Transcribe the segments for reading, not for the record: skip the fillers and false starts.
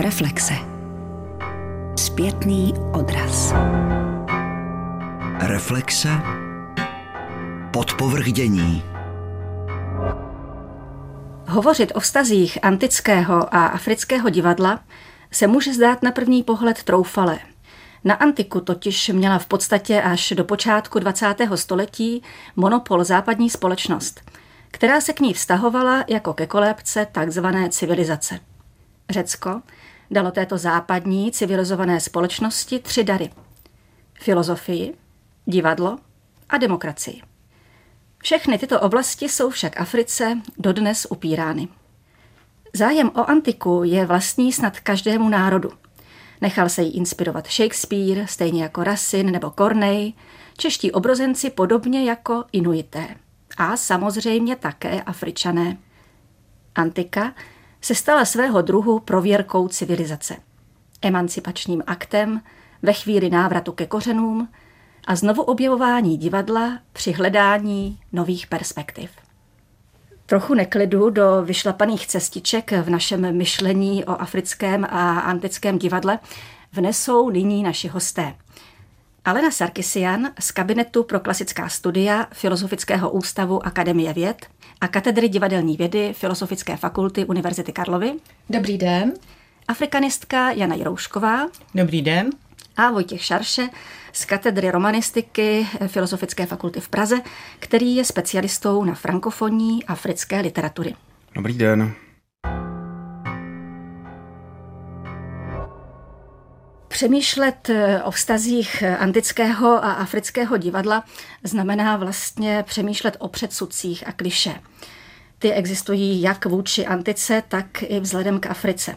Reflexe. Zpětný odraz. Reflexe. Podpovrchdění. Hovořit o vztazích antického a afrického divadla se může zdát na první pohled troufalé. Na antiku totiž měla v podstatě až do počátku 20. století monopol západní společnost, která se k ní vztahovala jako ke kolébce takzvané civilizace. Řecko dalo této západní civilizované společnosti 3 dary. Filozofii, divadlo a demokracii. Všechny tyto oblasti jsou však Africe dodnes upírány. Zájem o antiku je vlastní snad každému národu. Nechal se jí inspirovat Shakespeare, stejně jako Racine nebo Corneille, čeští obrozenci podobně jako Inuité. A samozřejmě také Afričané. Antika se stala svého druhu prověrkou civilizace. Emancipačním aktem ve chvíli návratu ke kořenům a znovu objevování divadla při hledání nových perspektiv. Trochu neklidu do vyšlapaných cestiček v našem myšlení o africkém a antickém divadle vnesou nyní naši hosté. Alena Sarkissian z kabinetu pro klasická studia Filozofického ústavu Akademie věd a katedry divadelní vědy Filozofické fakulty Univerzity Karlovy. Dobrý den. Afrikanistka Jana Jiroušková. Dobrý den. A Vojtěch Šarše z katedry romanistiky Filozofické fakulty v Praze, který je specialistou na frankofonní africké literatury. Dobrý den. Přemýšlet o vztazích antického a afrického divadla znamená vlastně přemýšlet o předsudcích a klišé. Ty existují jak vůči antice, tak i vzhledem k Africe.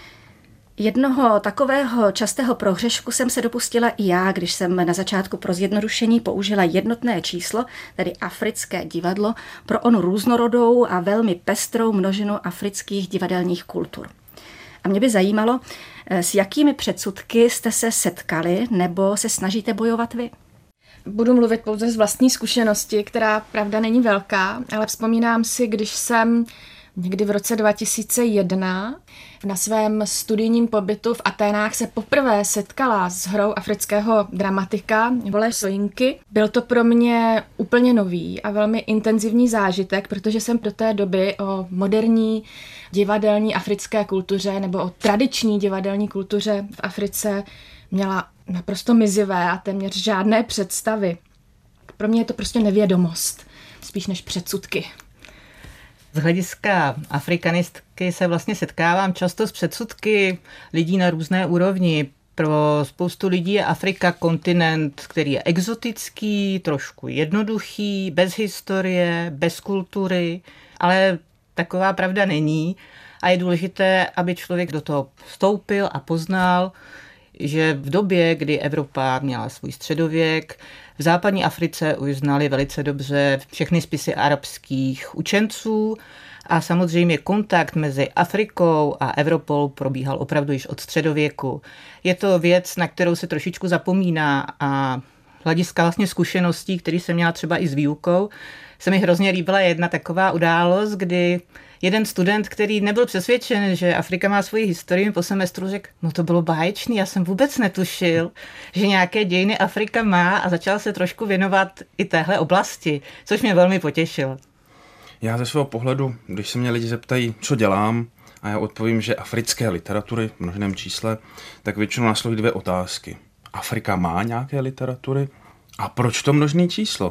Jednoho takového častého prohřešku jsem se dopustila i já, když jsem na začátku pro zjednodušení použila jednotné číslo, tedy africké divadlo, pro onu různorodou a velmi pestrou množinu afrických divadelních kultur. A mě by zajímalo, s jakými předsudky jste se setkali nebo se snažíte bojovat vy? Budu mluvit pouze z vlastní zkušenosti, která pravda není velká, ale vzpomínám si, když jsem někdy v roce 2001 na svém studijním pobytu v Aténách se poprvé setkala s hrou afrického dramatika Wole Soyinky. Byl to pro mě úplně nový a velmi intenzivní zážitek, protože jsem do té doby o moderní divadelní africké kultuře nebo o tradiční divadelní kultuře v Africe měla naprosto mizivé a téměř žádné představy. Pro mě je to prostě nevědomost, spíš než předsudky. Z hlediska afrikanistky se vlastně setkávám často s předsudky lidí na různé úrovni. Pro spoustu lidí je Afrika kontinent, který je exotický, trošku jednoduchý, bez historie, bez kultury, ale taková pravda není a je důležité, aby člověk do toho vstoupil a poznal, že v době, kdy Evropa měla svůj středověk, v západní Africe už znali velice dobře všechny spisy arabských učenců a samozřejmě kontakt mezi Afrikou a Evropou probíhal opravdu již od středověku. Je to věc, na kterou se trošičku zapomíná a hlediska vlastně zkušeností, které jsem měla třeba i s výukou, se mi hrozně líbila jedna taková událost, kdy jeden student, který nebyl přesvědčen, že Afrika má svoji historii, po semestru řekl, no to bylo báječný, já jsem vůbec netušil, že nějaké dějiny Afrika má a začal se trošku věnovat i téhle oblasti, což mě velmi potěšilo. Já ze svého pohledu, když se mě lidi zeptají, co dělám, a já odpovím, že africké literatury v množném čísle, tak většinou následují 2 otázky. Afrika má nějaké literatury? A proč to množné číslo?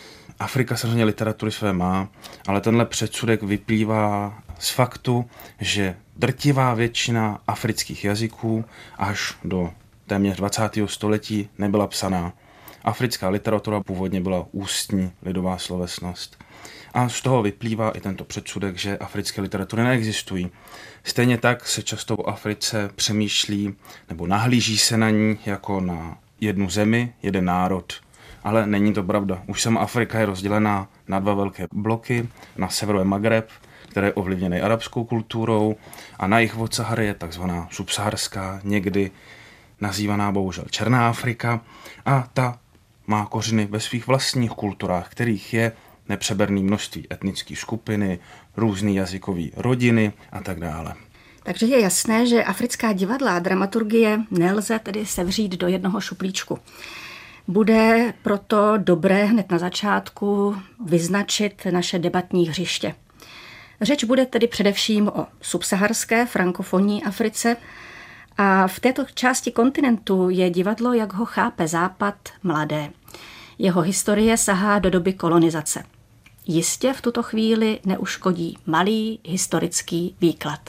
Afrika samozřejmě literatury své má, ale tenhle předsudek vyplývá z faktu, že drtivá většina afrických jazyků až do téměř 20. století nebyla psaná. Africká literatura původně byla ústní lidová slovesnost. A z toho vyplývá i tento předsudek, že africké literatury neexistují. Stejně tak se často o Africe přemýšlí nebo nahlíží se na ní jako na jednu zemi, jeden národ. Ale není to pravda. Už sama Afrika je rozdělená na 2 velké bloky. Na severu je Magreb, který je ovlivněný arabskou kulturou, a na jih od Sahary je takzvaná subsaharská, někdy nazývaná bohužel Černá Afrika, a ta má kořeny ve svých vlastních kulturách, kterých je nepřeberné množství etnické skupiny, různé jazykové rodiny a tak dále. Takže je jasné, že africká divadla a dramaturgie nelze tedy sevřít do jednoho šuplíčku. Bude proto dobré hned na začátku vyznačit naše debatní hřiště. Řeč bude tedy především o subsaharské frankofonní Africe a v této části kontinentu je divadlo, jak ho chápe Západ, mladé. Jeho historie sahá do doby kolonizace. Jistě v tuto chvíli neuškodí malý historický výklad.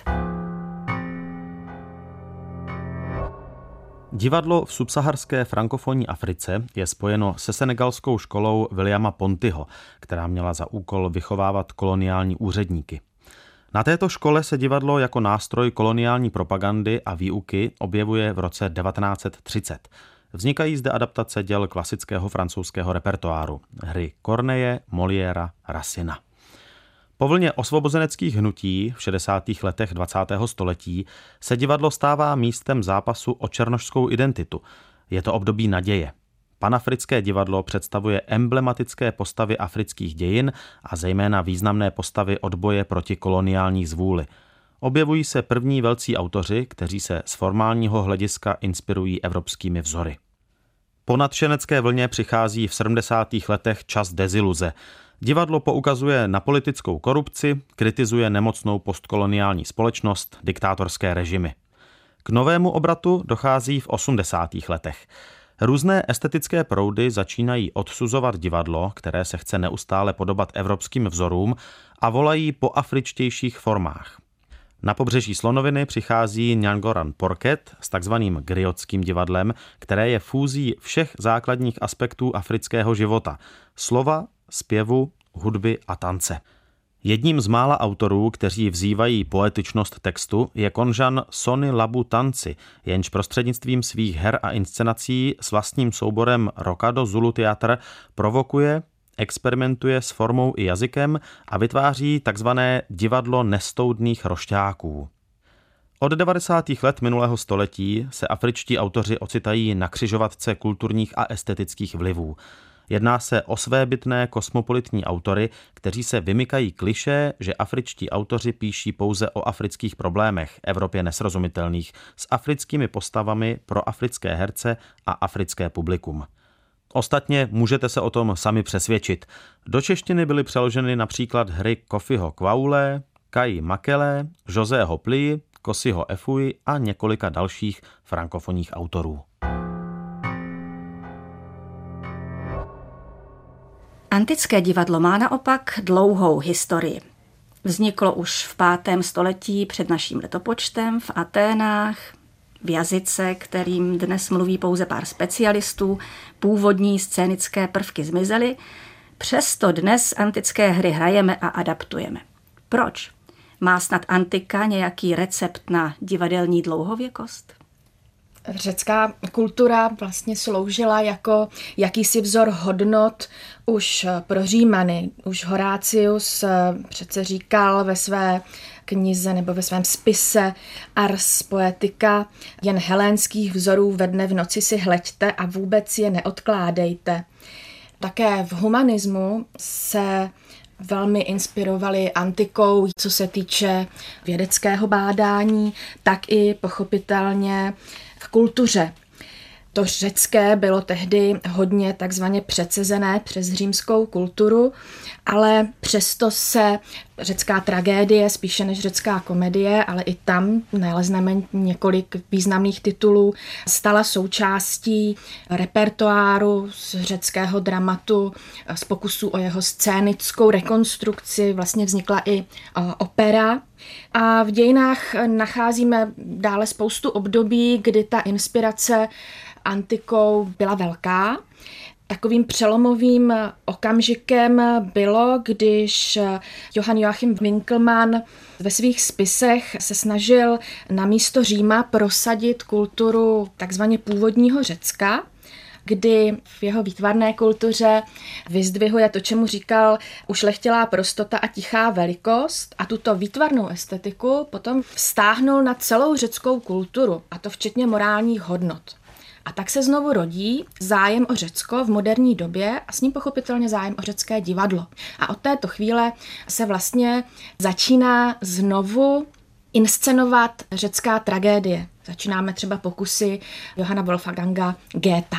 Divadlo v subsaharské frankofonní Africe je spojeno se senegalskou školou Williama Pontyho, která měla za úkol vychovávat koloniální úředníky. Na této škole se divadlo jako nástroj koloniální propagandy a výuky objevuje v roce 1930. Vznikají zde adaptace děl klasického francouzského repertoáru, hry Corneille, Moliéra, Racina. Po vlně osvobozeneckých hnutí v 60. letech 20. století se divadlo stává místem zápasu o černošskou identitu. Je to období naděje. Panafrické divadlo představuje emblematické postavy afrických dějin a zejména významné postavy odboje proti koloniální zvůli. Objevují se první velcí autoři, kteří se z formálního hlediska inspirují evropskými vzory. Po nadšenecké vlně přichází v 70. letech čas deziluze. Divadlo poukazuje na politickou korupci, kritizuje nemocnou postkoloniální společnost, diktátorské režimy. K novému obratu dochází v 80. letech. Různé estetické proudy začínají odsuzovat divadlo, které se chce neustále podobat evropským vzorům a volají po afričtějších formách. Na pobřeží Slonoviny přichází Nyangoran Porket s takzvaným griotským divadlem, které je fúzí všech základních aspektů afrického života – slova, zpěvu, hudby a tance. Jedním z mála autorů, kteří vzývají poetičnost textu, je Konžan Sony Labu Tanci, jenž prostřednictvím svých her a inscenací s vlastním souborem Rokado Zulu Theatre provokuje, experimentuje s formou i jazykem a vytváří takzvané divadlo nestoudných rošťáků. Od 90. let minulého století se afričtí autoři ocitají na křižovatce kulturních a estetických vlivů. Jedná se o svébytné kosmopolitní autory, kteří se vymykají klišé, že afričtí autoři píší pouze o afrických problémech, Evropě nesrozumitelných, s africkými postavami pro africké herce a africké publikum. Ostatně můžete se o tom sami přesvědčit. Do češtiny byly přeloženy například hry Kofiho Kwaule, Kai Makele, Josého Pli, Kosiho Efui a několika dalších frankofonních autorů. Antické divadlo má naopak dlouhou historii. Vzniklo už v 5. století před naším letopočtem v Aténách, v jazyce, kterým dnes mluví pouze pár specialistů, původní scénické prvky zmizely, přesto dnes antické hry hrajeme a adaptujeme. Proč? Má snad antika nějaký recept na divadelní dlouhověkost? Řecká kultura vlastně sloužila jako jakýsi vzor hodnot už pro Římany. Už Horácius přece říkal ve své knize nebo ve svém spise Ars Poetica: jen helénských vzorů ve dne v noci si hleďte a vůbec je neodkládejte. Také v humanismu se velmi inspirovali antikou, co se týče vědeckého bádání, tak i pochopitelně v kultuře. To řecké bylo tehdy hodně takzvaně přecezené přes římskou kulturu, ale přesto se řecká tragédie, spíše než řecká komedie, ale i tam nalezneme několik významných titulů, stala součástí repertoáru z řeckého dramatu, z pokusů o jeho scénickou rekonstrukci, vlastně vznikla i opera. A v dějinách nacházíme dále spoustu období, kdy ta inspirace antikou byla velká. Takovým přelomovým okamžikem bylo, když Johann Joachim Winckelmann ve svých spisech se snažil na místo Říma prosadit kulturu takzvaně původního Řecka, kdy v jeho výtvarné kultuře vyzdvihuje to, čemu říkal ušlechtilá prostota a tichá velikost, a tuto výtvarnou estetiku potom vztáhnul na celou řeckou kulturu, a to včetně morálních hodnot. A tak se znovu rodí zájem o Řecko v moderní době a s ním pochopitelně zájem o řecké divadlo. A od této chvíle se vlastně začíná znovu inscenovat řecká tragédie. Začínáme třeba pokusy Johanna Wolfganga Goethe.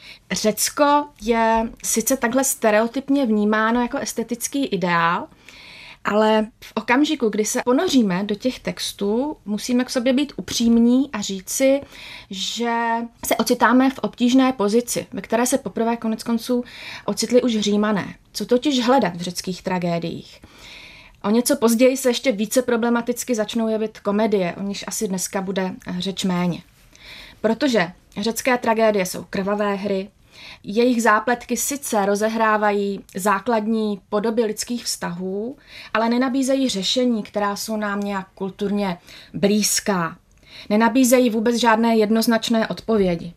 Řecko je sice takhle stereotypně vnímáno jako estetický ideál, ale v okamžiku, kdy se ponoříme do těch textů, musíme k sobě být upřímní a říci, že se ocitáme v obtížné pozici, ve které se poprvé koneckonců ocitli už Římané. Co totiž hledat v řeckých tragédiích? O něco později se ještě více problematicky začnou jevit komedie, o níž asi dneska bude řeč méně. Protože řecké tragédie jsou krvavé hry, jejich zápletky sice rozehrávají základní podoby lidských vztahů, ale nenabízejí řešení, která jsou nám nějak kulturně blízká. Nenabízejí vůbec žádné jednoznačné odpovědi.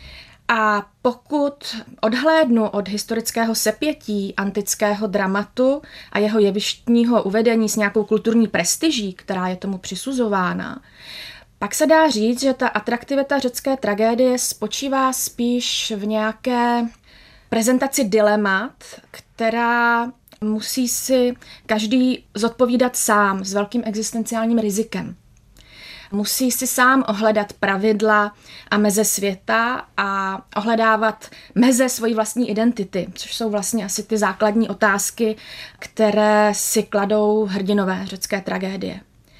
A pokud odhlédnu od historického sepětí antického dramatu a jeho jevištního uvedení s nějakou kulturní prestiží, která je tomu přisuzována, pak se dá říct, že ta atraktivita řecké tragédie spočívá spíš v nějaké prezentaci dilemat, která musí si každý zodpovídat sám s velkým existenciálním rizikem. Musí si sám ohledat pravidla a meze světa a ohledávat meze svojí vlastní identity, což jsou vlastně asi ty základní otázky, které si kladou hrdinové řecké tragédie.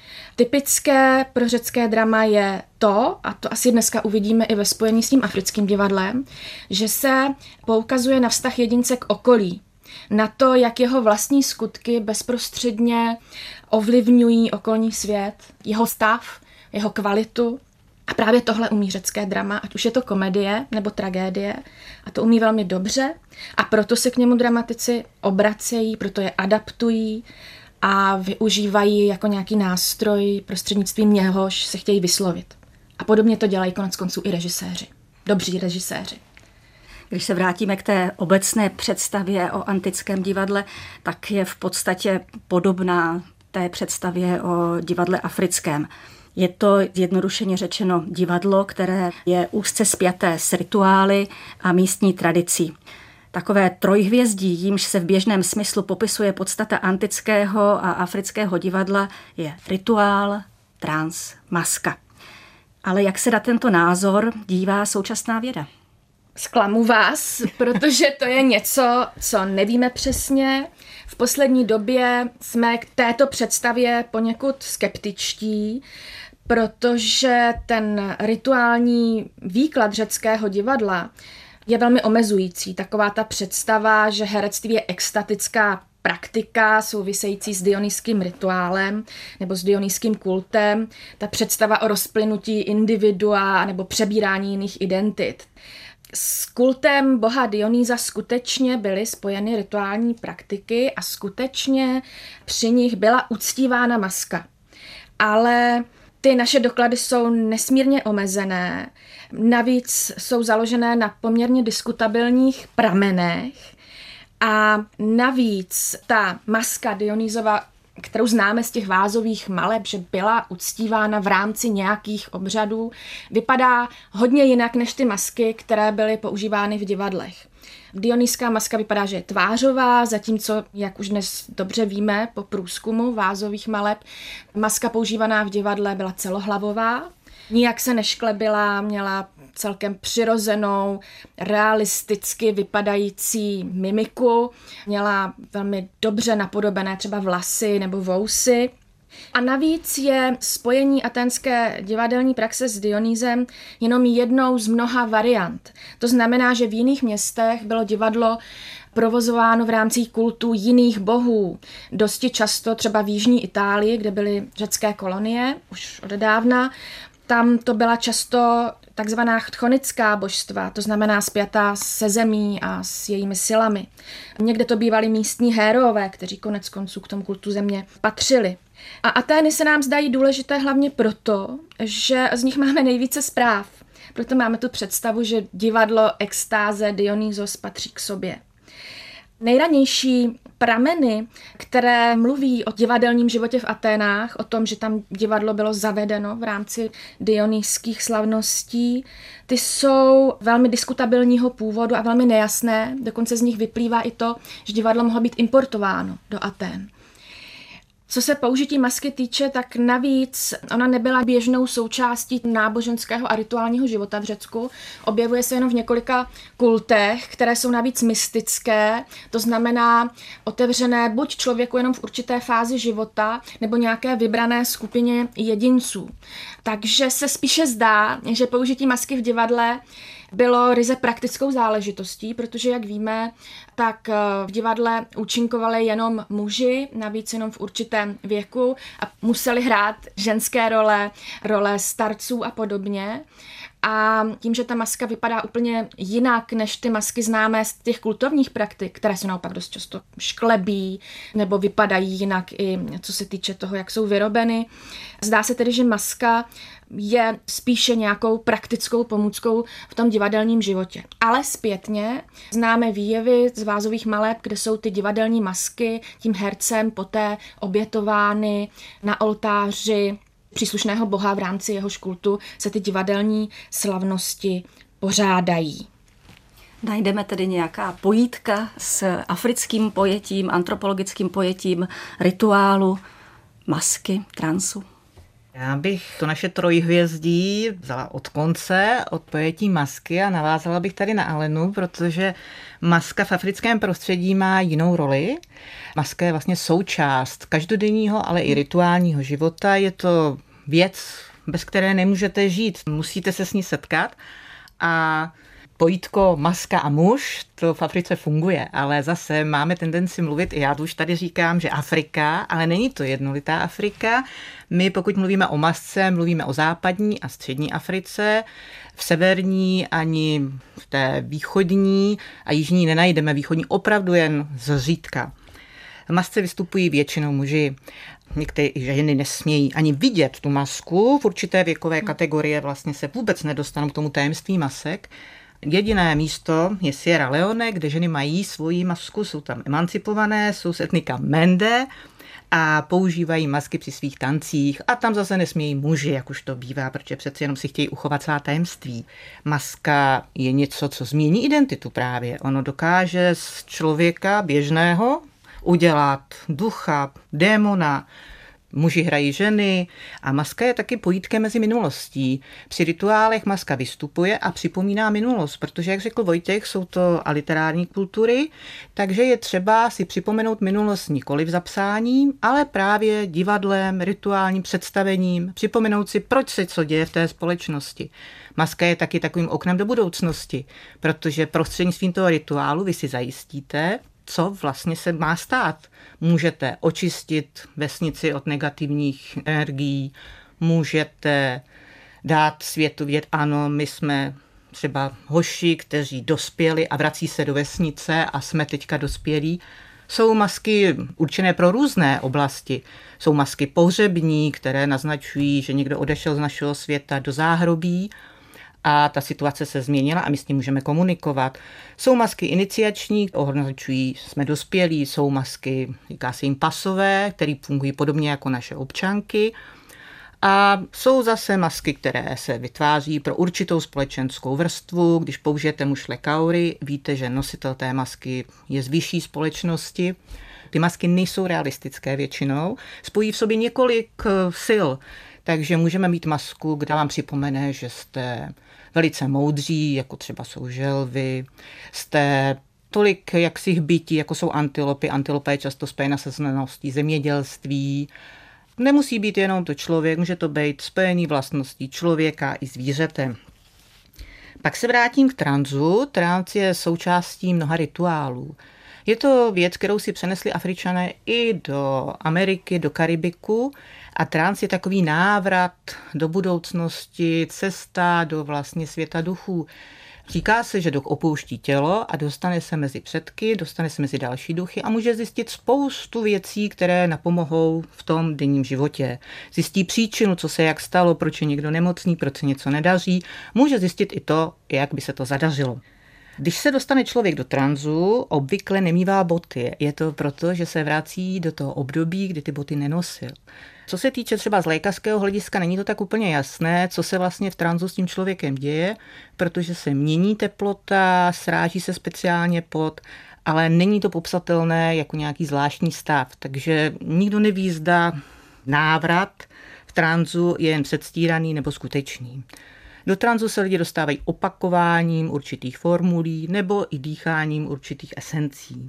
Typické pro řecké drama je to, a to asi dneska uvidíme i ve spojení s tím africkým divadlem, že se poukazuje na vztah jedince k okolí, na to, jak jeho vlastní skutky bezprostředně ovlivňují okolní svět, jeho stav, jeho kvalitu. A právě tohle umí řecké drama, ať už je to komedie nebo tragédie, a to umí velmi dobře a proto se k němu dramatici obracejí, proto je adaptují a využívají jako nějaký nástroj, prostřednictvím něhož se chtějí vyslovit. A podobně to dělají koneckonců i režiséři. Dobří režiséři. Když se vrátíme k té obecné představě o antickém divadle, tak je v podstatě podobná té představě o divadle africkém. Je to jednodušeně řečeno divadlo, které je úzce spjaté s rituály a místní tradicí. Takové trojhvězdí, jímž se v běžném smyslu popisuje podstata antického a afrického divadla, je rituál, trans, maska. Ale jak se na tento názor dívá současná věda? Zklamu vás, protože to je něco, co nevíme přesně. V poslední době jsme k této představě poněkud skeptičtí, protože ten rituální výklad řeckého divadla je velmi omezující. Taková ta představa, že herectví je extatická praktika související s dionýským rituálem nebo s dionýským kultem, ta představa o rozplynutí individua nebo přebírání jiných identit. S kultem boha Dionýza skutečně byly spojeny rituální praktiky a skutečně při nich byla uctívána maska. Ale ty naše doklady jsou nesmírně omezené, navíc jsou založené na poměrně diskutabilních pramenech a navíc ta maska Dionýzova, kterou známe z těch vázových maleb, že byla uctívána v rámci nějakých obřadů, vypadá hodně jinak než ty masky, které byly používány v divadlech. Dionýská maska vypadá, že je tvářová, zatímco, jak už dnes dobře víme po průzkumu vázových maleb, maska používaná v divadle byla celohlavová. Nijak se nešklebila, měla celkem přirozenou, realisticky vypadající mimiku, měla velmi dobře napodobené třeba vlasy nebo vousy. A navíc je spojení aténské divadelní praxe s Dionýzem jenom jednou z mnoha variant. To znamená, že v jiných městech bylo divadlo provozováno v rámci kultů jiných bohů. Dosti často třeba v jižní Itálii, kde byly řecké kolonie, už odedávna, tam to byla často takzvaná chtonická božstva, to znamená spjatá se zemí a s jejími silami. Někde to bývali místní héroové, kteří konec konců k tomu kultu země patřili. A Atény se nám zdají důležité hlavně proto, že z nich máme nejvíce zpráv. Proto máme tu představu, že divadlo extáze Dionýzos patří k sobě. Nejranější prameny, které mluví o divadelním životě v Aténách, o tom, že tam divadlo bylo zavedeno v rámci dionýských slavností, ty jsou velmi diskutabilního původu a velmi nejasné. Dokonce z nich vyplývá i to, že divadlo mohlo být importováno do Atén. Co se použití masky týče, tak navíc ona nebyla běžnou součástí náboženského a rituálního života v Řecku. Objevuje se jenom v několika kultech, které jsou navíc mystické, to znamená otevřené buď člověku jenom v určité fázi života, nebo nějaké vybrané skupině jedinců. Takže se spíše zdá, že použití masky v divadle bylo ryze praktickou záležitostí, protože, jak víme, tak v divadle účinkovali jenom muži, navíc jenom v určitém věku a museli hrát ženské role starců a podobně. A tím, že ta maska vypadá úplně jinak, než ty masky známé z těch kultovních praktik, které jsou naopak dost často šklebí, nebo vypadají jinak i co se týče toho, jak jsou vyrobeny. Zdá se tedy, že maska je spíše nějakou praktickou pomůckou v tom divadelním životě. Ale zpětně známe výjevy z vázových maleb, kde jsou ty divadelní masky tím hercem poté obětovány na oltáři příslušného boha, v rámci jehož kultu se ty divadelní slavnosti pořádají. Najdeme tedy nějaká pojítka s africkým pojetím, antropologickým pojetím rituálu, masky, transu? Já bych to naše trojhvězdí vzala od konce, od pojetí masky a navázala bych tady na Alenu, protože maska v africkém prostředí má jinou roli. Maska je vlastně součást každodenního, ale i rituálního života. Je to věc, bez které nemůžete žít. Musíte se s ní setkat a pojítko maska a muž, to v Africe funguje, ale zase máme tendenci mluvit, já to už tady říkám, že Afrika, ale není to jednolitá Afrika. My, pokud mluvíme o masce, mluvíme o západní a střední Africe. V severní ani v té východní a jižní nenajdeme, východní opravdu jen zřídka. V masce vystupují většinou muži. Některé ženy nesmějí ani vidět tu masku. V určité věkové kategorie vlastně se vůbec nedostanou k tomu tajemství masek. Jediné místo je Sierra Leone, kde ženy mají svoji masku, jsou tam emancipované, jsou z etnika Mende a používají masky při svých tancích a tam zase nesmějí muži, jak už to bývá, protože přeci jenom si chtějí uchovat svá tajemství. Maska je něco, co změní identitu právě. Ono dokáže z člověka běžného udělat ducha, démona. Muži hrají ženy a maska je taky pojítkem mezi minulostí. Při rituálech maska vystupuje a připomíná minulost, protože, jak řekl Vojtěch, jsou to aliterární kultury, takže je třeba si připomenout minulost nikoliv zapsáním, ale právě divadlem, rituálním představením, připomenout si, proč se co děje v té společnosti. Maska je taky takovým oknem do budoucnosti, protože prostřednictvím toho rituálu vy si zajistíte, co vlastně se má stát. Můžete očistit vesnici od negativních energií, můžete dát světu vědět, ano, my jsme třeba hoši, kteří dospěli a vrací se do vesnice a jsme teďka dospělí. Jsou masky určené pro různé oblasti. Jsou masky pohřební, které naznačují, že někdo odešel z našeho světa do záhrobí, a ta situace se změnila a my s tím můžeme komunikovat. Jsou masky iniciační, označují, jsme dospělí, jsou masky, říká se jim pasové, které fungují podobně jako naše občanky. A jsou zase masky, které se vytváří pro určitou společenskou vrstvu. Když použijete mušle kaury, víte, že nositel té masky je z vyšší společnosti. Ty masky nejsou realistické většinou, spojí v sobě několik sil. Takže můžeme mít masku, kde vám připomene, že jste velice moudří, jako třeba jsou želvy, jste tolik jaksích bytí, jako jsou antilopy. Antilopa je často spojena se znalostí zemědělství. Nemusí být jenom to člověk, může to být spojený vlastností člověka i zvířete. Pak se vrátím k transu. Trans je součástí mnoha rituálů. Je to věc, kterou si přenesli Afričané i do Ameriky, do Karibiku a trans je takový návrat do budoucnosti, cesta do vlastně světa duchů. Říká se, že duch opouští tělo a dostane se mezi předky, dostane se mezi další duchy a může zjistit spoustu věcí, které napomohou v tom denním životě. Zjistí příčinu, co se jak stalo, proč je někdo nemocný, proč se něco nedaří. Může zjistit i to, jak by se to zadařilo. Když se dostane člověk do transu, obvykle nemívá boty. Je to proto, že se vrací do toho období, kdy ty boty nenosil. Co se týče třeba z lékařského hlediska, není to tak úplně jasné, co se vlastně v transu s tím člověkem děje, protože se mění teplota, sráží se speciálně pot ale není to popsatelné jako nějaký zvláštní stav, takže nikdo neví, zda návrat v tranzu je jen předstíraný nebo skutečný. Do tranzu se lidi dostávají opakováním určitých formulí nebo i dýcháním určitých esencí.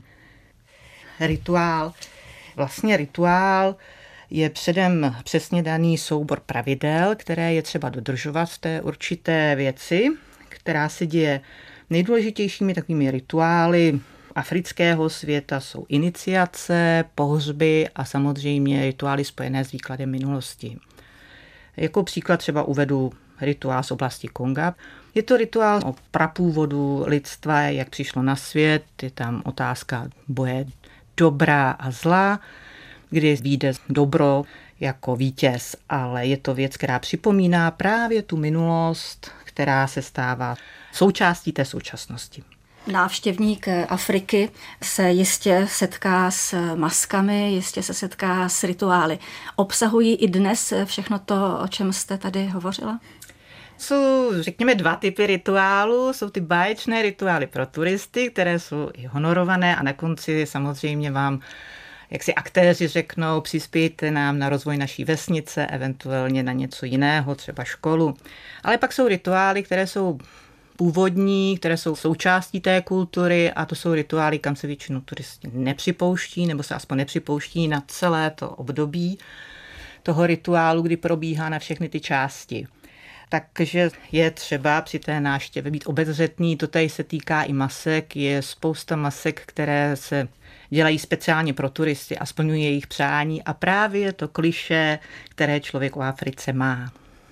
Rituál. Vlastně rituál je předem přesně daný soubor pravidel, které je třeba dodržovat v té určité věci, která se děje. Nejdůležitějšími takovými rituály afrického světa jsou iniciace, pohřby a samozřejmě rituály spojené s výkladem minulosti. Jako příklad třeba uvedu rituál z oblasti Konga. Je to rituál o prapůvodu lidstva, jak přišlo na svět, je tam otázka boje dobra a zla, kdy vyjde dobro jako vítěz, ale je to věc, která připomíná právě tu minulost, která se stává součástí té současnosti. Návštěvník Afriky se jistě setká s maskami, jistě se setká s rituály. Obsahují i dnes všechno to, o čem jste tady hovořila? Jsou, řekněme, dva typy rituálů. Jsou ty báječné rituály pro turisty, které jsou i honorované a na konci samozřejmě vám, jak si aktéři řeknou, přispějte nám na rozvoj naší vesnice, eventuálně na něco jiného, třeba školu. Ale pak jsou rituály, které jsou původní, které jsou součástí té kultury a to jsou rituály, kam se většinou turisti nepřipouští nebo se aspoň nepřipouští na celé to období toho rituálu, kdy probíhá na všechny ty části. Takže je třeba při té návštěvě být obezřetný, to tady se týká i masek, je spousta masek, které se dělají speciálně pro turisty a splňují jejich přání a právě to klišé, které člověk o Africe má.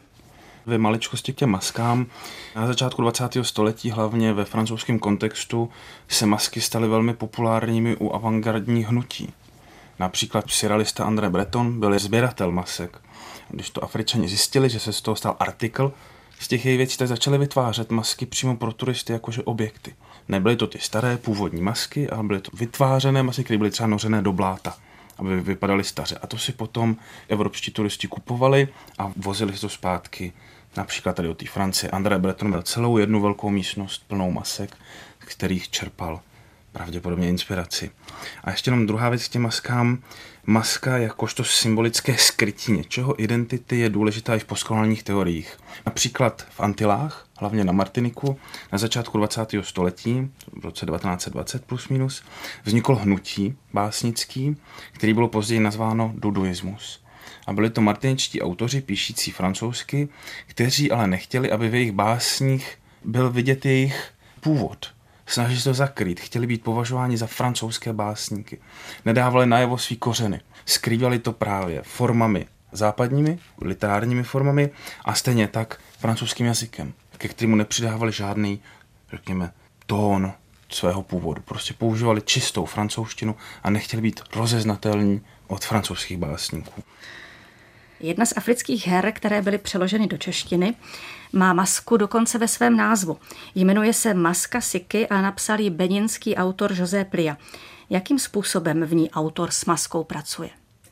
Ve maličkosti k těm maskám. Na začátku 20. století, hlavně ve francouzském kontextu, se masky staly velmi populárními u avantgardních hnutí. Například surrealista André Breton byl sběratel masek. Když to Afričani zjistili, že se z toho stal artikl z těch jejich věcí, tak začali vytvářet masky přímo pro turisty jakože objekty. Nebyly to ty staré původní masky, ale byly to vytvářené masky, které byly třeba nořené do bláta, aby vypadaly staře. A to si potom evropští turisti kupovali a vozili si to zpátky. Například tady od té Francie. André Breton měl celou jednu velkou místnost plnou masek, z kterých čerpal pravděpodobně inspiraci. A ještě jenom druhá věc k těm maskám. Maska jakožto symbolické skrytí něčeho identity je důležitá i v postkoloniálních teoriích. Například v Antilách, hlavně na Martiniku, na začátku 20. století, v roce 1920 plus minus, vzniklo hnutí básnický, který bylo později nazváno duduismus. A byli to martiničtí autoři píšící francouzsky, kteří ale nechtěli, aby v jejich básních byl vidět jejich původ. Snažili se to zakrýt, chtěli být považováni za francouzské básníky. Nedávali najevo svý kořeny. Skrývali to právě formami západními, literárními formami a stejně tak francouzským jazykem, ke kterému nepřidávali žádný, řekněme, tón svého původu. Prostě používali čistou francouzštinu a nechtěli být rozeznatelní od francouzských básníků. Jedna z afrických her, které byly přeloženy do češtiny, má masku dokonce ve svém názvu. Jmenuje se Maska Siky a napsal ji beninský autor José Plia. Jakým způsobem v ní autor s maskou pracuje?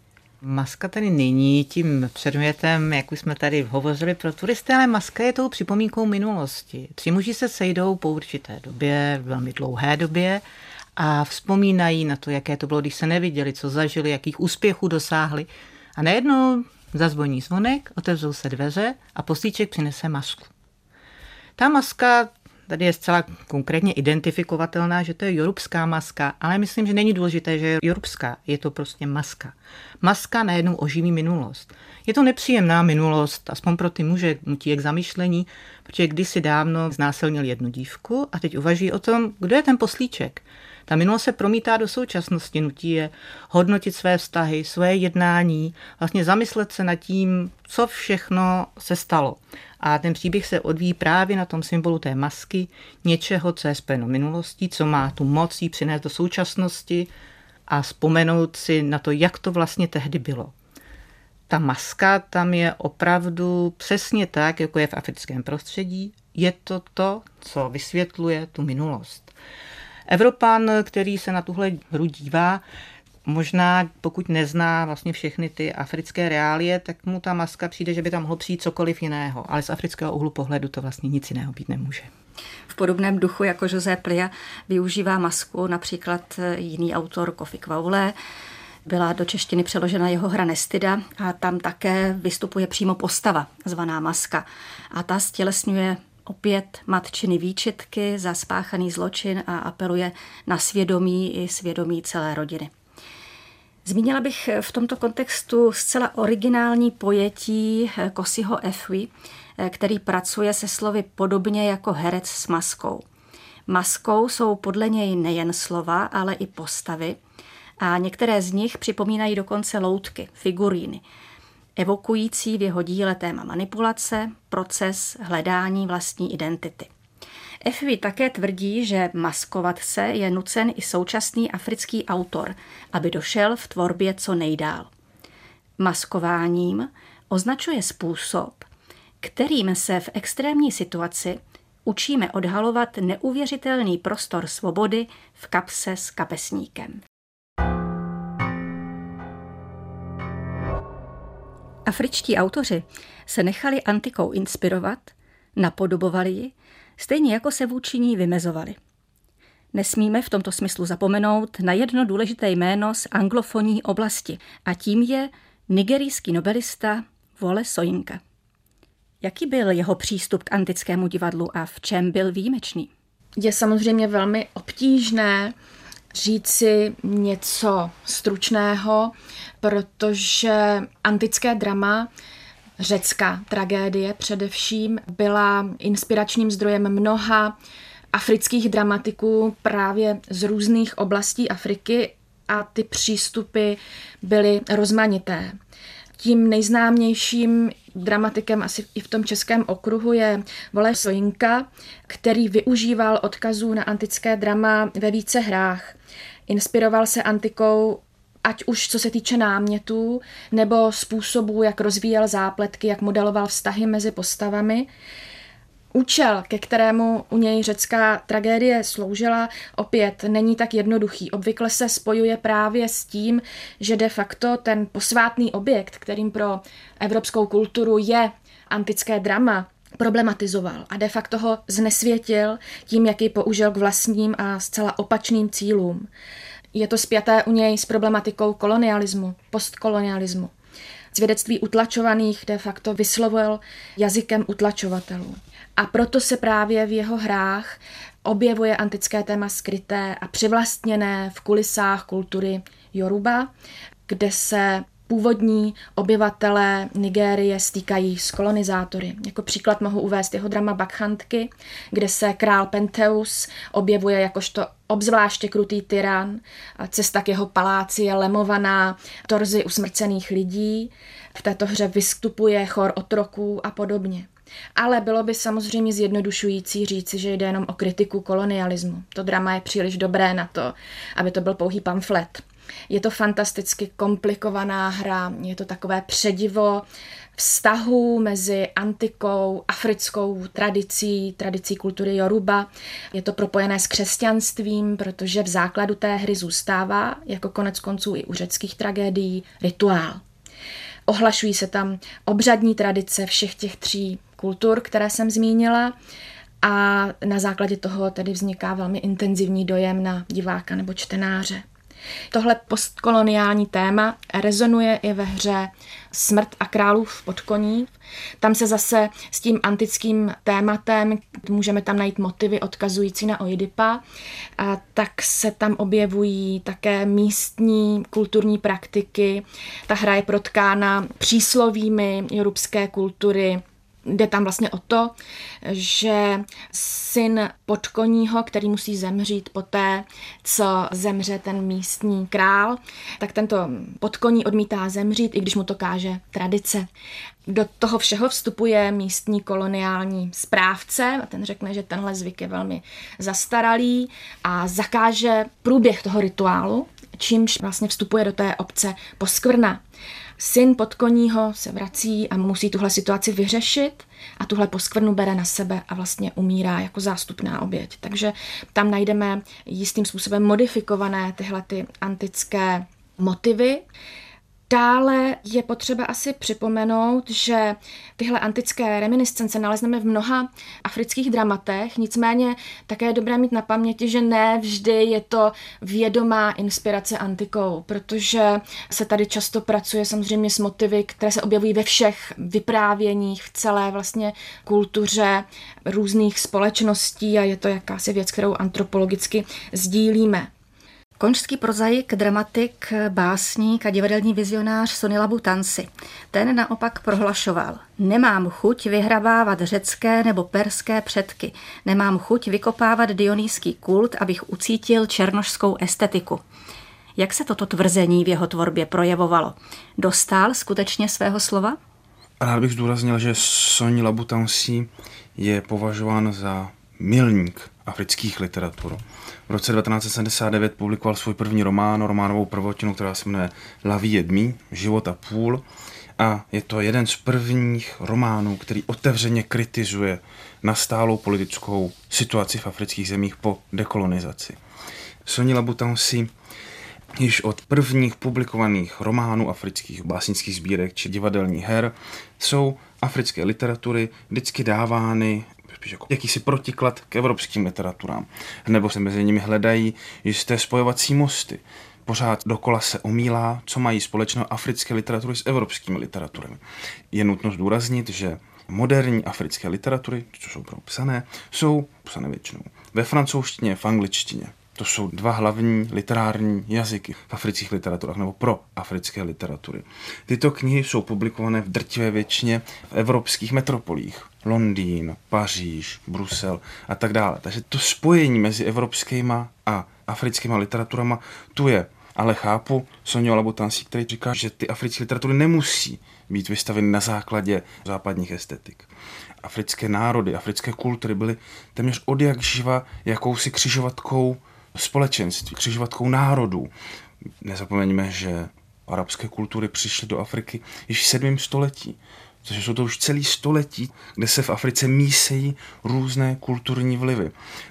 Maska tady není tím předmětem, jak už jsme tady hovořili, pro turisty, ale maska je tou připomínkou minulosti. Tři muži se sejdou po určité době, velmi dlouhé době, a vzpomínají na to, jaké to bylo, když se neviděli, co zažili, jakých úspěchů dosáhli. A najednou zazvoní zvonek, otevřou se dveře a poslíček přinese masku. Ta maska tady je zcela konkrétně identifikovatelná, že to je jorubská maska, ale myslím, že není důležité, že je jorubská, je to prostě maska. Maska najednou oživí minulost. Je to nepříjemná minulost, aspoň pro ty muže, nutí k zamyšlení, protože kdysi dávno znásilnil jednu dívku a teď uvažují o tom, kdo je ten poslíček. Ta minulost se promítá do současnosti, nutí je hodnotit své vztahy, své jednání, vlastně zamyslet se nad tím, co všechno se stalo. A ten příběh se odvíjí právě na tom symbolu té masky, něčeho, co je spojeno minulostí, co má tu moc jí přinést do současnosti a vzpomenout si na to, jak to vlastně tehdy bylo. Ta maska tam je opravdu přesně tak, jako je v africkém prostředí. Je to to, co vysvětluje tu minulost. Evropan, který se na tuhle hru dívá, možná pokud nezná vlastně všechny ty africké reálie, tak mu ta maska přijde, že by tam mohlo přijít cokoliv jiného, ale z afrického úhlu pohledu to vlastně nic jiného být nemůže. V podobném duchu jako José Plia využívá masku například jiný autor Kofi Kwaule. Byla do češtiny přeložena jeho hra Nestida a tam také vystupuje přímo postava zvaná Maska. A ta stělesňuje opět matčiny výčitky za spáchaný zločin a apeluje na svědomí i svědomí celé rodiny. Zmínila bych v tomto kontextu zcela originální pojetí Kosiho Efwi, který pracuje se slovy podobně jako herec s maskou. Maskou jsou podle něj nejen slova, ale i postavy a některé z nich připomínají dokonce loutky, figuríny, evokující v jeho díle téma manipulace, proces hledání vlastní identity. Efwi také tvrdí, že maskovat se je nucen i současný africký autor, aby došel v tvorbě co nejdál. Maskováním označuje způsob, kterým se v extrémní situaci učíme odhalovat neuvěřitelný prostor svobody v kapse s kapesníkem. Afričtí autoři se nechali antikou inspirovat, napodobovali ji, stejně jako se vůči ní vymezovali. Nesmíme v tomto smyslu zapomenout na jedno důležité jméno z anglofonní oblasti a tím je nigerijský nobelista Wole Soyinka. Jaký byl jeho přístup k antickému divadlu a v čem byl výjimečný? Je samozřejmě velmi obtížné říci něco stručného, protože antické drama, řecká tragédie především, byla inspiračním zdrojem mnoha afrických dramatiků právě z různých oblastí Afriky a ty přístupy byly rozmanité. Tím nejznámějším dramatikem asi i v tom českém okruhu je Wole Soyinka, který využíval odkazů na antické drama ve více hrách. Inspiroval se antikou ať už co se týče námětů, nebo způsobů, jak rozvíjel zápletky, jak modeloval vztahy mezi postavami. Účel, ke kterému u něj řecká tragédie sloužila, opět není tak jednoduchý. Obvykle se spojuje právě s tím, že de facto ten posvátný objekt, kterým pro evropskou kulturu je antické drama, problematizoval a de facto ho znesvětil tím, jak ji použil k vlastním a zcela opačným cílům. Je to spjaté u něj s problematikou kolonialismu, postkolonialismu. Svědectví utlačovaných de facto vyslovil jazykem utlačovatelů. A proto se právě v jeho hrách objevuje antické téma skryté a přivlastněné v kulisách kultury Yoruba, kde se původní obyvatelé Nigérie stýkají s kolonizátory. Jako příklad mohu uvést jeho drama Bakhantky, kde se král Pentheus objevuje jakožto obzvláště krutý tyran, cesta k jeho paláci je lemovaná torzy usmrcených lidí, v této hře vystupuje chor otroků a podobně. Ale bylo by samozřejmě zjednodušující říci, že jde jenom o kritiku kolonialismu. To drama je příliš dobré na to, aby to byl pouhý pamflet. Je to fantasticky komplikovaná hra, je to takové předivo vztahů mezi antikou, africkou tradicí kultury Yoruba. Je to propojené s křesťanstvím, protože v základu té hry zůstává, jako konec konců i u řeckých tragédií, rituál. Ohlašují se tam obřadní tradice všech těch tří kultur, které jsem zmínila, a na základě toho tedy vzniká velmi intenzivní dojem na diváka nebo čtenáře. Tohle postkoloniální téma rezonuje i ve hře Smrt a králův podkoní. Tam se zase s tím antickým tématem, můžeme tam najít motivy odkazující na Oidipa, a tak se tam objevují také místní kulturní praktiky. Ta hra je protkána příslovími yorubské kultury. Jde tam vlastně o to, že syn podkoního, který musí zemřít poté, co zemře ten místní král, tak tento podkoní odmítá zemřít, i když mu to káže tradice. Do toho všeho vstupuje místní koloniální správce a ten řekne, že tenhle zvyk je velmi zastaralý a zakáže průběh toho rituálu, čímž vlastně vstupuje do té obce poskvrna. Syn podkoního se vrací a musí tuhle situaci vyřešit a tuhle poskvrnu bere na sebe a vlastně umírá jako zástupná oběť. Takže tam najdeme jistým způsobem modifikované tyhle ty antické motivy. Dále je potřeba asi připomenout, že tyhle antické reminiscence nalezneme v mnoha afrických dramatech, nicméně také je dobré mít na paměti, že ne vždy je to vědomá inspirace antikou, protože se tady často pracuje samozřejmě s motivy, které se objevují ve všech vyprávěních, v celé vlastně kultuře různých společností a je to jakási věc, kterou antropologicky sdílíme. Konžský prozaik, dramatik, básník a divadelní vizionář Sonila Butansi. Ten naopak prohlašoval: nemám chuť vyhrabávat řecké nebo perské předky, nemám chuť vykopávat dionýský kult, abych ucítil černošskou estetiku. Jak se toto tvrzení v jeho tvorbě projevovalo? Dostál skutečně svého slova? Rád bych zdůraznil, že Sonila Butansi je považován za milník afrických literatur. V roce 1979 publikoval svůj první románovou prvotinu, která se jmenuje La vie et demie, Život a půl, a je to jeden z prvních románů, který otevřeně kritizuje nastálou politickou situaci v afrických zemích po dekolonizaci. Sonila Butansi již od prvních publikovaných románů afrických básnických sbírek či divadelních her jsou africké literatury vždycky dávány jako jakýsi protiklad k evropským literaturám, nebo se mezi nimi hledají jisté spojovací mosty. Pořád dokola se omílá, co mají společného africké literatury s evropskými literaturami. Je nutno zdůraznit, že moderní africké literatury, co jsou psané, jsou psané většinou ve francouzštině, v angličtině. To jsou dva hlavní literární jazyky v afrických literaturách nebo pro africké literatury. Tyto knihy jsou publikované v drtivé většině v evropských metropolích. Londýn, Paříž, Brusel a tak dále. Takže to spojení mezi evropskýma a africkýma literaturama tu je. Ale chápu Sonila Butansi, který říká, že ty africké literatury nemusí být vystaveny na základě západních estetik. Africké národy, africké kultury byly téměř odjakživa jakousi křižovatkou společenství, křižovatkou národů. Nezapomeňme, že arabské kultury přišly do Afriky již v 7. století. Což jsou to už celý století, kde se v Africe mísejí různé kulturní vlivy.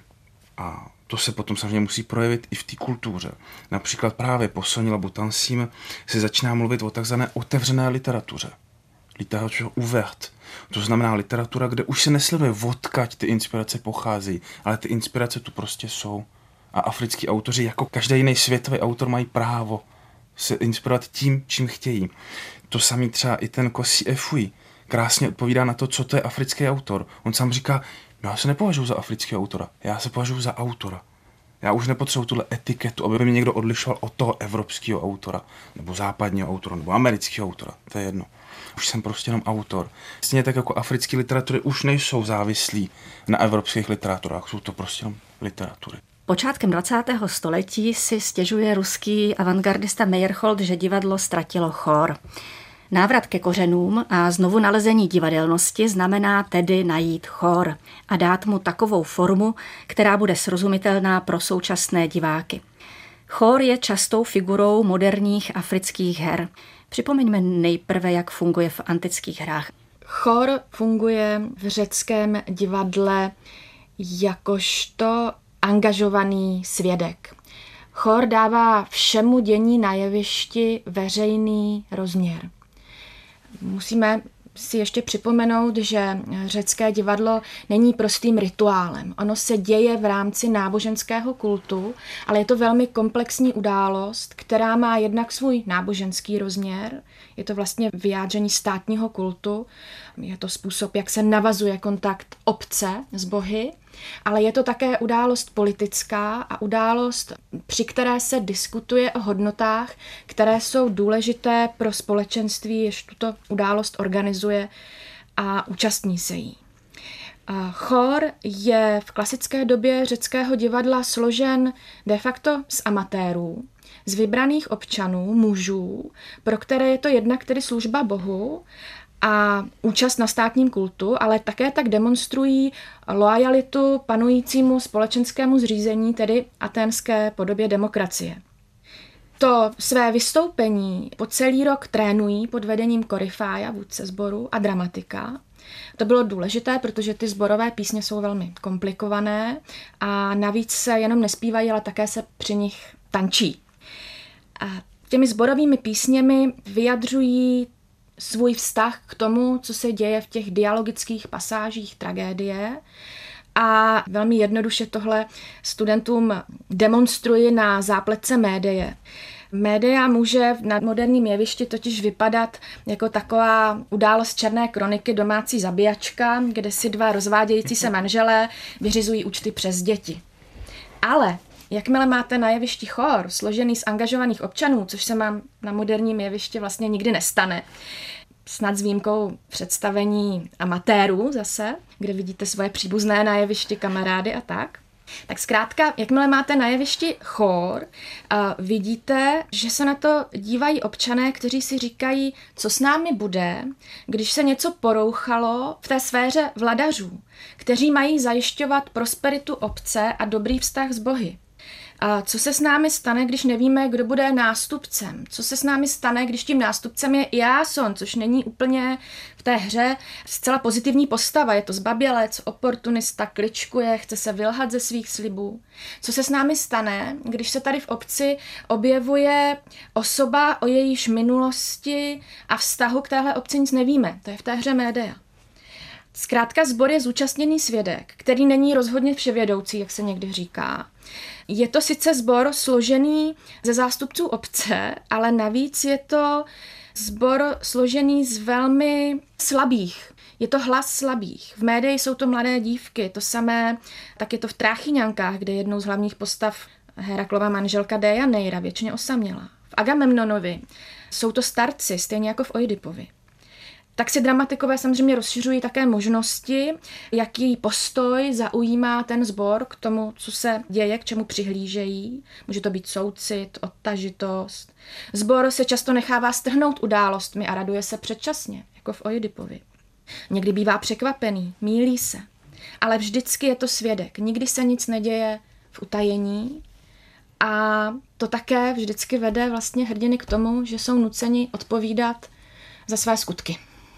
A to se potom samozřejmě musí projevit i v té kultuře. Například právě po Sonila Butansim se začíná mluvit o takzvané otevřené literatuře. Literature ouverte. To znamená literatura, kde už se nesleduje, odkud ty inspirace pocházejí, ale ty inspirace tu prostě jsou. A africký autoři, jako každý jiný světový autor, mají právo se inspirovat tím, čím chtějí. To samý třeba i ten Kossi Efui krásně odpovídá na to, co to je africký autor. On sám říká, no já se nepovažuji za afrického autora, já se považuji za autora. Já už nepotřebuji tuhle etiketu, aby mě někdo odlišoval od toho evropského autora, nebo západního autora, nebo amerického autora, to je jedno. Už jsem prostě jenom autor. Stejně tak jako africké literatury už nejsou závislí na evropských literaturách, jsou to prostě jenom literatury. Počátkem 20. století si stěžuje ruský avantgardista Meyerhold, že divadlo ztratilo chór. Návrat ke kořenům a znovu nalezení divadelnosti znamená tedy najít chór a dát mu takovou formu, která bude srozumitelná pro současné diváky. Chór je častou figurou moderních afrických her. Připomeňme nejprve, jak funguje v antických hrách. Chór funguje v řeckém divadle jakožto angažovaný svědek. Chór dává všemu dění na jevišti veřejný rozměr. Musíme si ještě připomenout, že řecké divadlo není prostým rituálem. Ono se děje v rámci náboženského kultu, ale je to velmi komplexní událost, která má jednak svůj náboženský rozměr. Je to vlastně vyjádření státního kultu. Je to způsob, jak se navazuje kontakt obce s bohy. Ale je to také událost politická a událost, při které se diskutuje o hodnotách, které jsou důležité pro společenství, jež tuto událost organizuje a účastní se jí. Chór je v klasické době řeckého divadla složen de facto z amatérů, z vybraných občanů, mužů, pro které je to jednak tedy služba Bohu a účast na státním kultu, ale také tak demonstrují loajalitu panujícímu společenskému zřízení, tedy aténské podobě demokracie. To své vystoupení po celý rok trénují pod vedením koryfája, vůdce sboru a dramatika. To bylo důležité, protože ty sborové písně jsou velmi komplikované a navíc se jenom nespívají, ale také se při nich tančí. A Těmi sborovými písněmi vyjadřují svůj vztah k tomu, co se děje v těch dialogických pasážích tragédie. A velmi jednoduše tohle studentům demonstruji na zápletce Médeje. Média může na moderním jevišti totiž vypadat jako taková událost černé kroniky Domácí zabíjačka, kde si dva rozvádějící se manželé vyřizují účty přes děti. Ale jakmile máte na jevišti chór složený z angažovaných občanů, což se vám na moderním jevišti vlastně nikdy nestane, snad s výjimkou představení amatérů zase, kde vidíte svoje příbuzné na jevišti, kamarády a tak zkrátka, jakmile máte na jevišti chór, vidíte, že se na to dívají občané, kteří si říkají, co s námi bude, když se něco porouchalo v té sféře vladařů, kteří mají zajišťovat prosperitu obce a dobrý vztah s bohy. A co se s námi stane, když nevíme, kdo bude nástupcem? Co se s námi stane, když tím nástupcem je Jáson, což není úplně v té hře zcela pozitivní postava. Je to zbabělec, oportunista, kličkuje, chce se vylhat ze svých slibů. Co se s námi stane, když se tady v obci objevuje osoba, o jejíž minulosti a vztahu k téhle obci nic nevíme? To je v té hře Médea. Zkrátka sbor je zúčastněný svědek, který není rozhodně vševědoucí, jak se někdy říká. Je to sice sbor složený ze zástupců obce, ale navíc je to sbor složený z velmi slabých. Je to hlas slabých. V Médii jsou to mladé dívky, to samé, tak je to v Tráchyňankách, kde jednou z hlavních postav Heraklova manželka Deianeira, věčně osamělá. V Agamemnonovi jsou to starci, stejně jako v Oidipovi. Tak si dramatikové samozřejmě rozšiřují také možnosti, jaký postoj zaujímá ten sbor k tomu, co se děje, k čemu přihlížejí. Může to být soucit, odtažitost. Sbor se často nechává strhnout událostmi a raduje se předčasně, jako v Oidipovi. Někdy bývá překvapený, mýlí se. Ale vždycky je to svědek. Nikdy se nic neděje v utajení. A to také vždycky vede vlastně hrdiny k tomu, že jsou nuceni odpovídat za své skutky.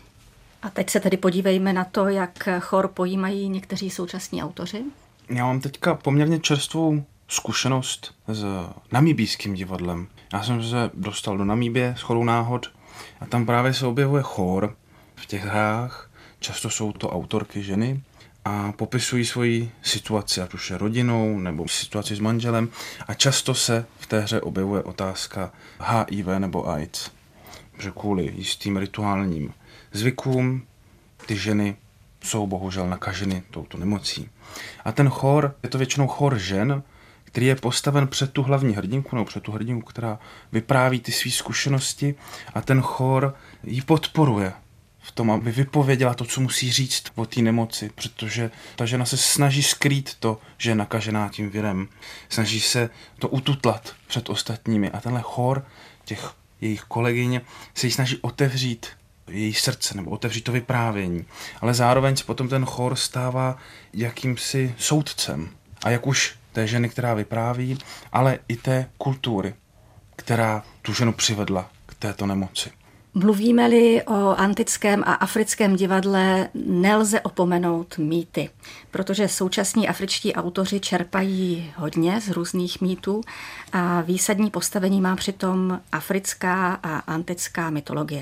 A teď se tedy podívejme na to, jak chor pojímají někteří současní autoři. Já mám teďka poměrně čerstvou zkušenost s namibijským divadlem. Já jsem se dostal do Namibie shodou náhod a tam právě se objevuje chór v těch hrách. Často jsou to autorky ženy a popisují svoji situaci, ať už je rodinou nebo situaci s manželem. A často se v té hře objevuje otázka HIV nebo AIDS. Protože kvůli jistým rituálním zvykům ty ženy jsou bohužel nakaženy touto nemocí. A ten chór, je to většinou chór žen, který je postaven před tu hlavní hrdinku, nebo před tu hrdinku, která vypráví ty své zkušenosti a ten chór ji podporuje v tom, aby vypověděla to, co musí říct o té nemoci, protože ta žena se snaží skrýt to, že je nakažená tím virem. Snaží se to ututlat před ostatními a tenhle chór těch jejich kolegyň se jí snaží otevřít její srdce nebo otevřít to vyprávění. Ale zároveň se potom ten chór stává jakýmsi soudcem. A jak už té ženy, která vypráví, ale i té kultury, která tu ženu přivedla k této nemoci. Mluvíme-li o antickém a africkém divadle, nelze opomenout mýty, protože současní afričtí autoři čerpají hodně z různých mýtů a výsadní postavení má přitom africká a antická mytologie.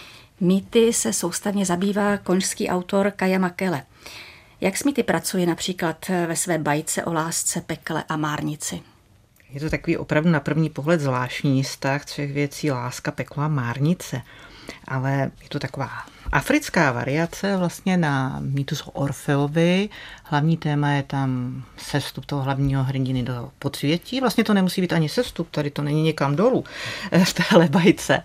Mýty se soustavně zabývá konžský autor Kaja Makele. Jak s mýty pracuje například ve své bajce o lásce, pekle a márnici? Je to takový opravdu na první pohled zvláštní vztah třech věcí, láska, peklo a márnice. Ale je to taková africká variace vlastně na mýtus o Orfeovi. Hlavní téma je tam sestup toho hlavního hrdiny do podsvětí. Vlastně to nemusí být ani sestup, tady to není někam dolů v téhle bajce.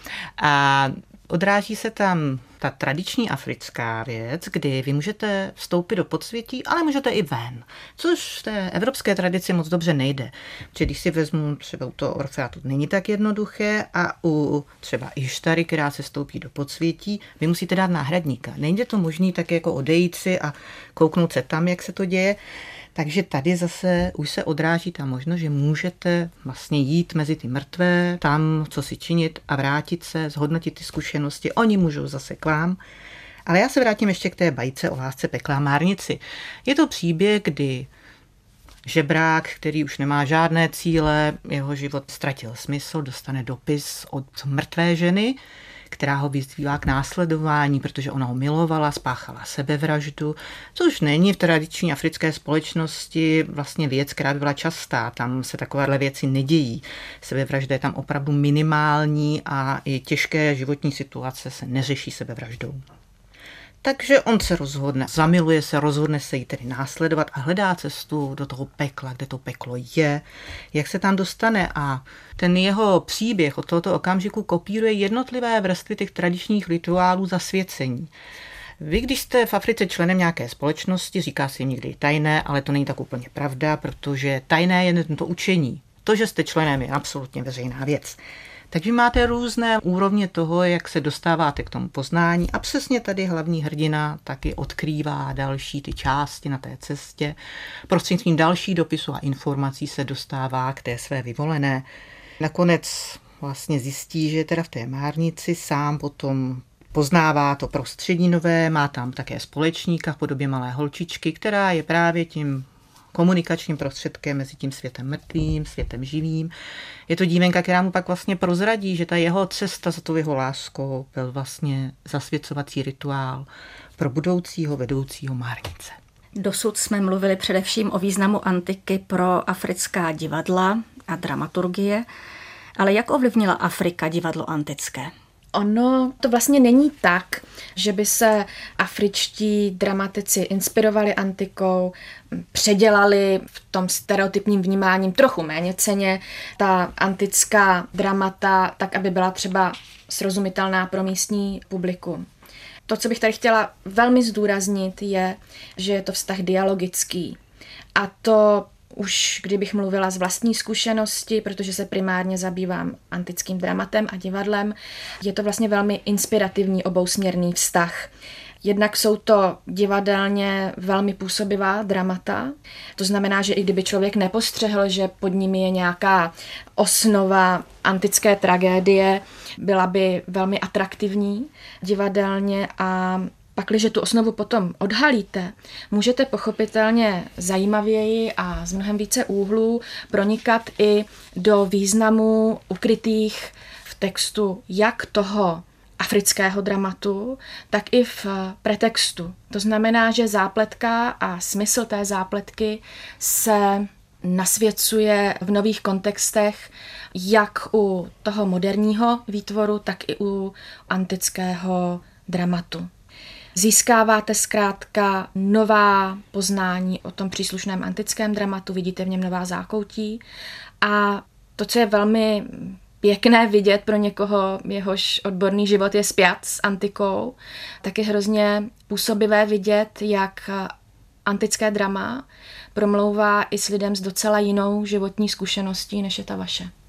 A odráží se tam ta tradiční africká věc, kdy vy můžete vstoupit do podsvětí, ale můžete i ven, což v té evropské tradici moc dobře nejde. Protože když si vezmu třeba u toho Orfea, to není tak jednoduché a u třeba Ištary, která se stoupí do podsvětí, vy musíte dát náhradníka. Nejde to možný tak jako odejít si a kouknout se tam, jak se to děje. Takže tady zase už se odráží ta možnost, že můžete vlastně jít mezi ty mrtvé, tam co si činit a vrátit se, zhodnotit ty zkušenosti. Oni můžou zase k vám. Ale já se vrátím ještě k té bajce o lásce, pekla a márnici. Je to příběh, kdy žebrák, který už nemá žádné cíle, jeho život ztratil smysl, dostane dopis od mrtvé ženy, která ho vyzývá k následování, protože ona ho milovala, spáchala sebevraždu, což není v tradiční africké společnosti vlastně věc, která by byla častá. Tam se takovéhle věci nedějí. Sebevražda je tam opravdu minimální a i těžké životní situace se neřeší sebevraždou. Takže on se rozhodne, zamiluje se, rozhodne se jí tedy následovat a hledá cestu do toho pekla, kde to peklo je, jak se tam dostane a ten jeho příběh od tohoto okamžiku kopíruje jednotlivé vrstvy těch tradičních rituálů zasvěcení. Vy, když jste v Africe členem nějaké společnosti, říká se jim někdy tajné, ale to není tak úplně pravda, protože tajné je to učení. To, že jste členem, je absolutně veřejná věc. Takže máte různé úrovně toho, jak se dostáváte k tomu poznání a přesně tady hlavní hrdina taky odkrývá další ty části na té cestě. Prostřednictvím dalších dopisů a informací se dostává k té své vyvolené. Nakonec vlastně zjistí, že teda v té márnici sám potom poznává to prostředí nové, má tam také společníka v podobě malé holčičky, která je právě tím komunikačním prostředkem mezi tím světem mrtvým, světem živým. Je to dívenka, která mu pak vlastně prozradí, že ta jeho cesta za tou jeho láskou byl vlastně zasvěcovací rituál pro budoucího vedoucího márnice. Dosud jsme mluvili především o významu antiky pro africká divadla a dramaturgie, ale jak ovlivnila Afrika divadlo antické? Ono to vlastně není tak, že by se afričtí dramatici inspirovali antikou, předělali v tom stereotypním vnímáním trochu méněcenně ta antická dramata, tak aby byla třeba srozumitelná pro místní publikum. To, co bych tady chtěla velmi zdůraznit, je, že je to vztah dialogický. A to už kdybych mluvila z vlastní zkušenosti, protože se primárně zabývám antickým dramatem a divadlem, je to vlastně velmi inspirativní obousměrný vztah. Jednak jsou to divadelně velmi působivá dramata, to znamená, že i kdyby člověk nepostřehl, že pod nimi je nějaká osnova antické tragédie, byla by velmi atraktivní divadelně a pakliže tu osnovu potom odhalíte, můžete pochopitelně zajímavěji a z mnohem více úhlů pronikat i do významů ukrytých v textu jak toho afrického dramatu, tak i v pretextu. To znamená, že zápletka a smysl té zápletky se nasvěcuje v nových kontextech jak u toho moderního výtvoru, tak i u antického dramatu. Získáváte zkrátka nová poznání o tom příslušném antickém dramatu, vidíte v něm nová zákoutí a to, co je velmi pěkné vidět pro někoho, jehož odborný život je spjat s antikou, tak je hrozně působivé vidět, jak antické drama promlouvá i s lidem s docela jinou životní zkušeností, než je ta vaše.